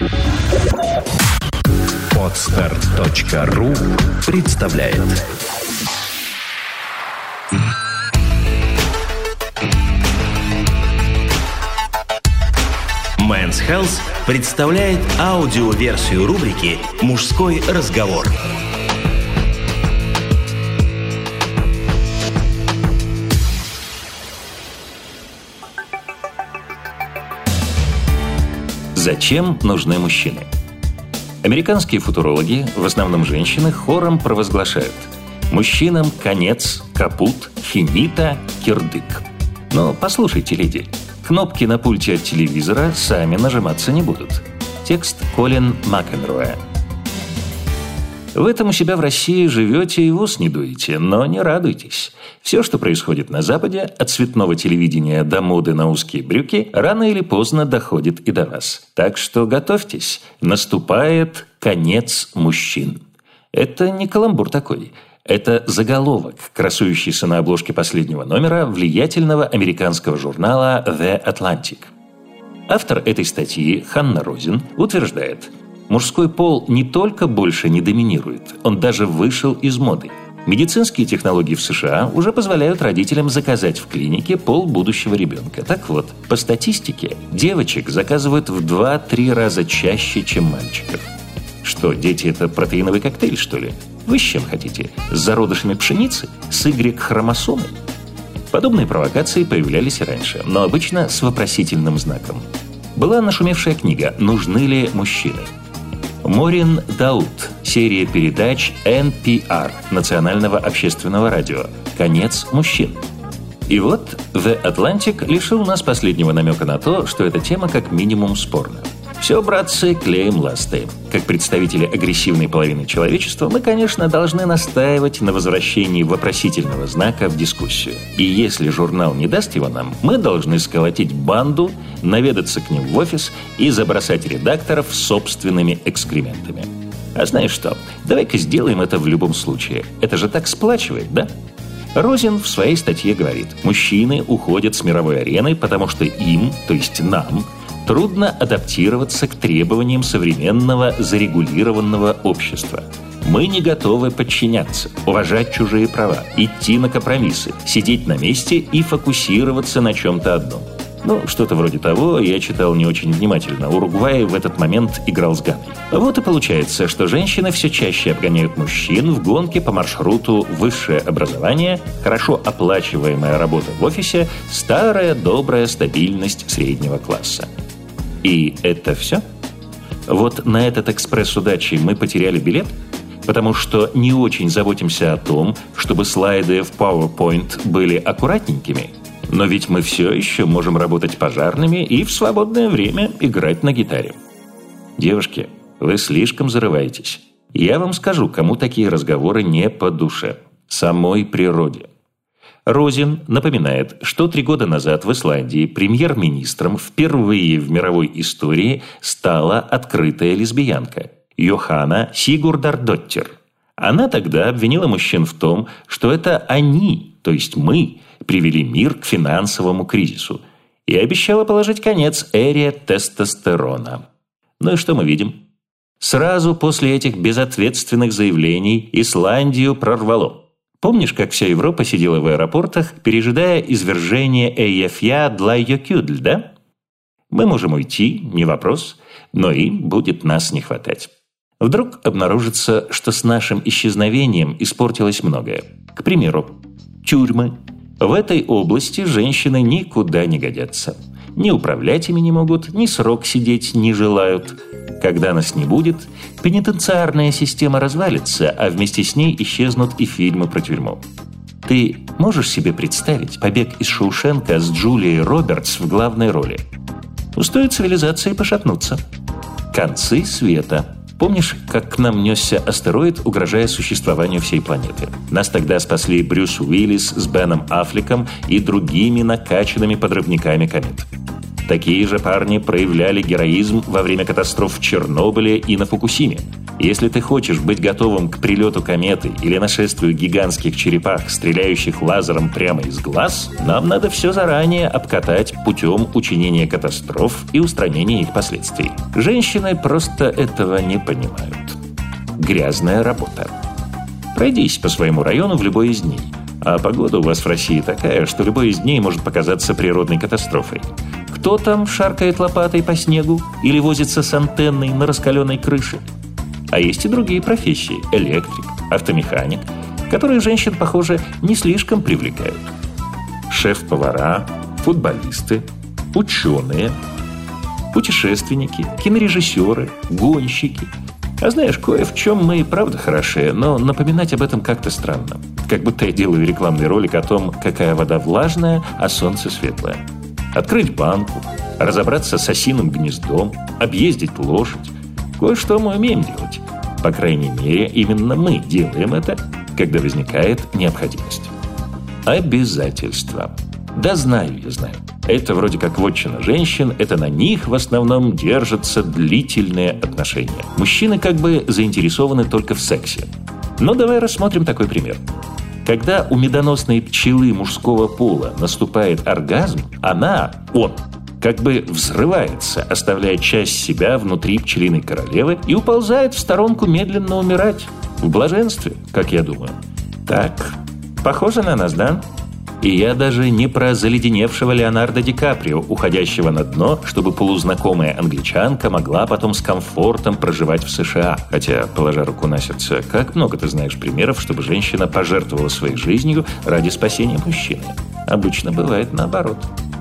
Podstart.ru представляет. Men's Health представляет аудиоверсию рубрики «Мужской разговор». Зачем нужны мужчины? Американские футурологи, в основном женщины, хором провозглашают: мужчинам конец, капут, финита, кирдык. Но послушайте, леди, кнопки на пульте от телевизора сами нажиматься не будут. Текст Колин Макенроя. Вы там у себя в России живете и в ус не дуете, но не радуйтесь. Все, что происходит на Западе, от цветного телевидения до моды на узкие брюки, рано или поздно доходит и до вас. Так что готовьтесь. Наступает конец мужчин. Это не каламбур такой. Это заголовок, красующийся на обложке последнего номера влиятельного американского журнала The Atlantic. Автор этой статьи, Ханна Розен, утверждает: мужской пол не только больше не доминирует, он даже вышел из моды. Медицинские технологии в США уже позволяют родителям заказать в клинике пол будущего ребенка. Так вот, по статистике, девочек заказывают в 2-3 раза чаще, чем мальчиков. Что, дети – это протеиновый коктейль, что ли? Вы с чем хотите? С зародышами пшеницы? С Y-хромосомой? Подобные провокации появлялись и раньше, но обычно с вопросительным знаком. Была нашумевшая книга «Нужны ли мужчины?». Морин Даут. Серия передач NPR, Национального общественного радио. «Конец мужчин». И вот The Atlantic лишил нас последнего намека на то, что эта тема как минимум спорна. Все, братцы, клеим ласты. Как представители агрессивной половины человечества, мы, конечно, должны настаивать на возвращении вопросительного знака в дискуссию. И если журнал не даст его нам, мы должны сколотить банду, наведаться к ним в офис и забросать редакторов собственными экскрементами. А знаешь что? Давай-ка сделаем это в любом случае. Это же так сплачивает, да? Розен в своей статье говорит: мужчины уходят с мировой арены, потому что им, то есть нам, трудно адаптироваться к требованиям современного зарегулированного общества. Мы не готовы подчиняться, уважать чужие права, идти на компромиссы, сидеть на месте и фокусироваться на чем-то одном. Ну, что-то вроде того я читал не очень внимательно. Уругвай в этот момент играл с Ганой. Вот и получается, что женщины все чаще обгоняют мужчин в гонке по маршруту высшее образование, хорошо оплачиваемая работа в офисе, старая добрая стабильность среднего класса. И это все? Вот на этот экспресс удачи мы потеряли билет, потому что не очень заботимся о том, чтобы слайды в PowerPoint были аккуратненькими. Но ведь мы все еще можем работать пожарными и в свободное время играть на гитаре. Девушки, вы слишком зарываетесь. Я вам скажу, кому такие разговоры не по душе. Самой природе. Розен напоминает, что 3 года назад в Исландии премьер-министром впервые в мировой истории стала открытая лесбиянка Йоханна Сигурдардоттир. Она тогда обвинила мужчин в том, что это они, то есть мы, привели мир к финансовому кризису, и обещала положить конец эре тестостерона. Ну и что мы видим? Сразу после этих безответственных заявлений Исландию прорвало. Помнишь, как вся Европа сидела в аэропортах, пережидая извержение Эйяфья-Длайокюдль, да? Мы можем уйти, не вопрос, но им будет нас не хватать. Вдруг обнаружится, что с нашим исчезновением испортилось многое. К примеру, тюрьмы. В этой области женщины никуда не годятся. Ни управлять ими не могут, ни срок сидеть не желают. Когда нас не будет, пенитенциарная система развалится, а вместе с ней исчезнут и фильмы про тюрьму. Ты можешь себе представить побег из Шоушенка с Джулией Робертс в главной роли? Устоит цивилизации пошатнуться. Концы света. Помнишь, как к нам несся астероид, угрожая существованию всей планеты? Нас тогда спасли Брюс Уиллис с Беном Аффлеком и другими накачанными подрывниками комет. Такие же парни проявляли героизм во время катастроф в Чернобыле и на Фукусиме. Если ты хочешь быть готовым к прилету кометы или нашествию гигантских черепах, стреляющих лазером прямо из глаз, нам надо все заранее обкатать путем учинения катастроф и устранения их последствий. Женщины просто этого не понимают. Грязная работа. Пройдись по своему району в любой из дней. А погода у вас в России такая, что любой из дней может показаться природной катастрофой. Кто там шаркает лопатой по снегу или возится с антенной на раскаленной крыше? А есть и другие профессии – электрик, автомеханик, которые женщин, похоже, не слишком привлекают. Шеф-повара, футболисты, ученые, путешественники, кинорежиссеры, гонщики. А знаешь, кое в чем мы и правда хороши, но напоминать об этом как-то странно. Как будто я делаю рекламный ролик о том, какая вода влажная, а солнце светлое. Открыть банку, разобраться с осиным гнездом, объездить лошадь. Кое-что мы умеем делать. По крайней мере, именно мы делаем это, когда возникает необходимость. Обязательства. Да знаю, я знаю. Это вроде как вотчина женщин, это на них в основном держатся длительные отношения. Мужчины как бы заинтересованы только в сексе. Но давай рассмотрим такой пример. Когда у медоносной пчелы мужского пола наступает оргазм, он как бы взрывается, оставляя часть себя внутри пчелиной королевы и уползает в сторонку медленно умирать. В блаженстве, как я думаю. Так, похоже на нас, да? И я даже не про заледеневшего Леонардо Ди Каприо, уходящего на дно, чтобы полузнакомая англичанка могла потом с комфортом проживать в США. Хотя, положа руку на сердце, как много ты знаешь примеров, чтобы женщина пожертвовала своей жизнью ради спасения мужчины. Обычно бывает наоборот.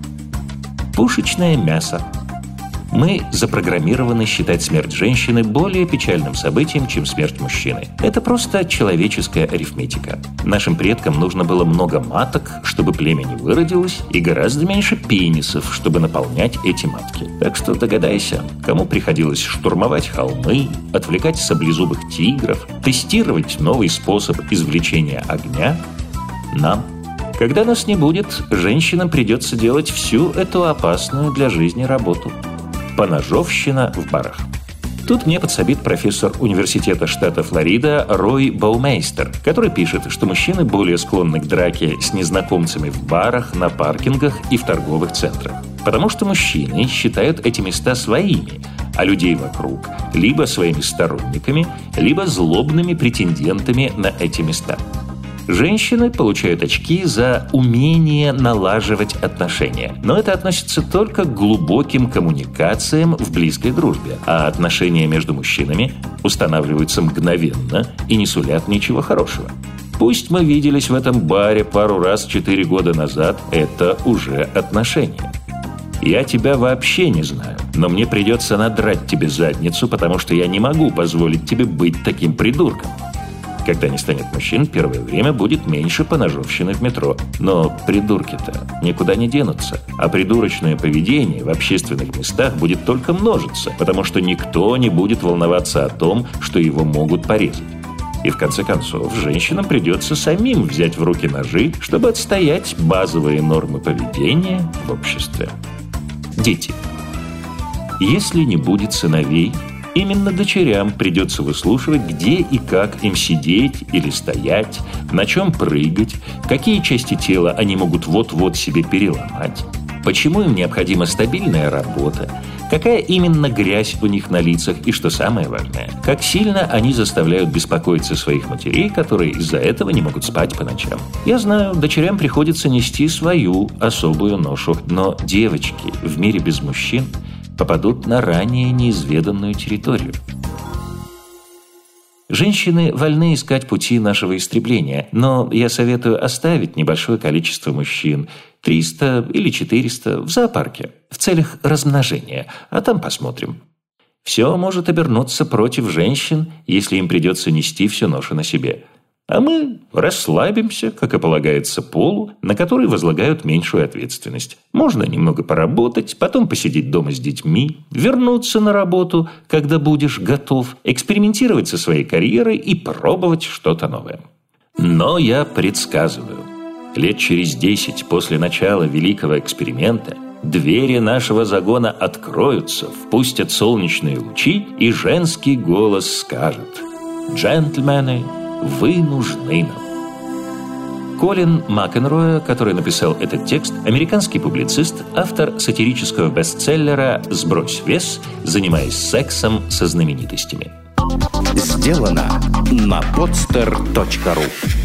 Пушечное мясо. Мы запрограммированы считать смерть женщины более печальным событием, чем смерть мужчины. Это просто человеческая арифметика. Нашим предкам нужно было много маток, чтобы племя не выродилось, и гораздо меньше пенисов, чтобы наполнять эти матки. Так что догадайся, кому приходилось штурмовать холмы, отвлекать саблезубых тигров, тестировать новый способ извлечения огня? Нам. Когда нас не будет, женщинам придется делать всю эту опасную для жизни работу. Поножовщина в барах. Тут мне подсобит профессор университета штата Флорида Рой Баумейстер, который пишет, что мужчины более склонны к драке с незнакомцами в барах, на паркингах и в торговых центрах. Потому что мужчины считают эти места своими, а людей вокруг либо своими сторонниками, либо злобными претендентами на эти места. Женщины получают очки за умение налаживать отношения. Но это относится только к глубоким коммуникациям в близкой дружбе. А отношения между мужчинами устанавливаются мгновенно и не сулят ничего хорошего. Пусть мы виделись в этом баре пару раз 4 года назад, это уже отношения. Я тебя вообще не знаю, но мне придется надрать тебе задницу, потому что я не могу позволить тебе быть таким придурком. Когда не станет мужчин, первое время будет меньше поножовщины в метро. Но придурки-то никуда не денутся. А придурочное поведение в общественных местах будет только множиться, потому что никто не будет волноваться о том, что его могут порезать. И в конце концов, женщинам придется самим взять в руки ножи, чтобы отстоять базовые нормы поведения в обществе. Дети. Если не будет сыновей, именно дочерям придется выслушивать, где и как им сидеть или стоять, на чем прыгать, какие части тела они могут вот-вот себе переломать, почему им необходима стабильная работа, какая именно грязь у них на лицах и, что самое важное, как сильно они заставляют беспокоиться своих матерей, которые из-за этого не могут спать по ночам. Я знаю, дочерям приходится нести свою особую ношу, но девочки в мире без мужчин попадут на ранее неизведанную территорию. Женщины вольны искать пути нашего истребления, но я советую оставить небольшое количество мужчин, 300 или 400, в зоопарке, в целях размножения, а там посмотрим. Все может обернуться против женщин, если им придется нести всю ношу на себе. А мы расслабимся, как и полагается полу, на который возлагают меньшую ответственность. Можно немного поработать, потом посидеть дома с детьми, вернуться на работу, когда будешь готов, экспериментировать со своей карьерой и пробовать что-то новое. Но я предсказываю, лет через 10 после начала великого эксперимента Двери нашего загона откроются, впустят солнечные лучи, и женский голос скажет: «Джентльмены, вы нужны нам». Колин Макенроя, который написал этот текст, американский публицист, автор сатирического бестселлера «Сбрось вес, занимаясь сексом со знаменитостями». Сделано на podster.ru.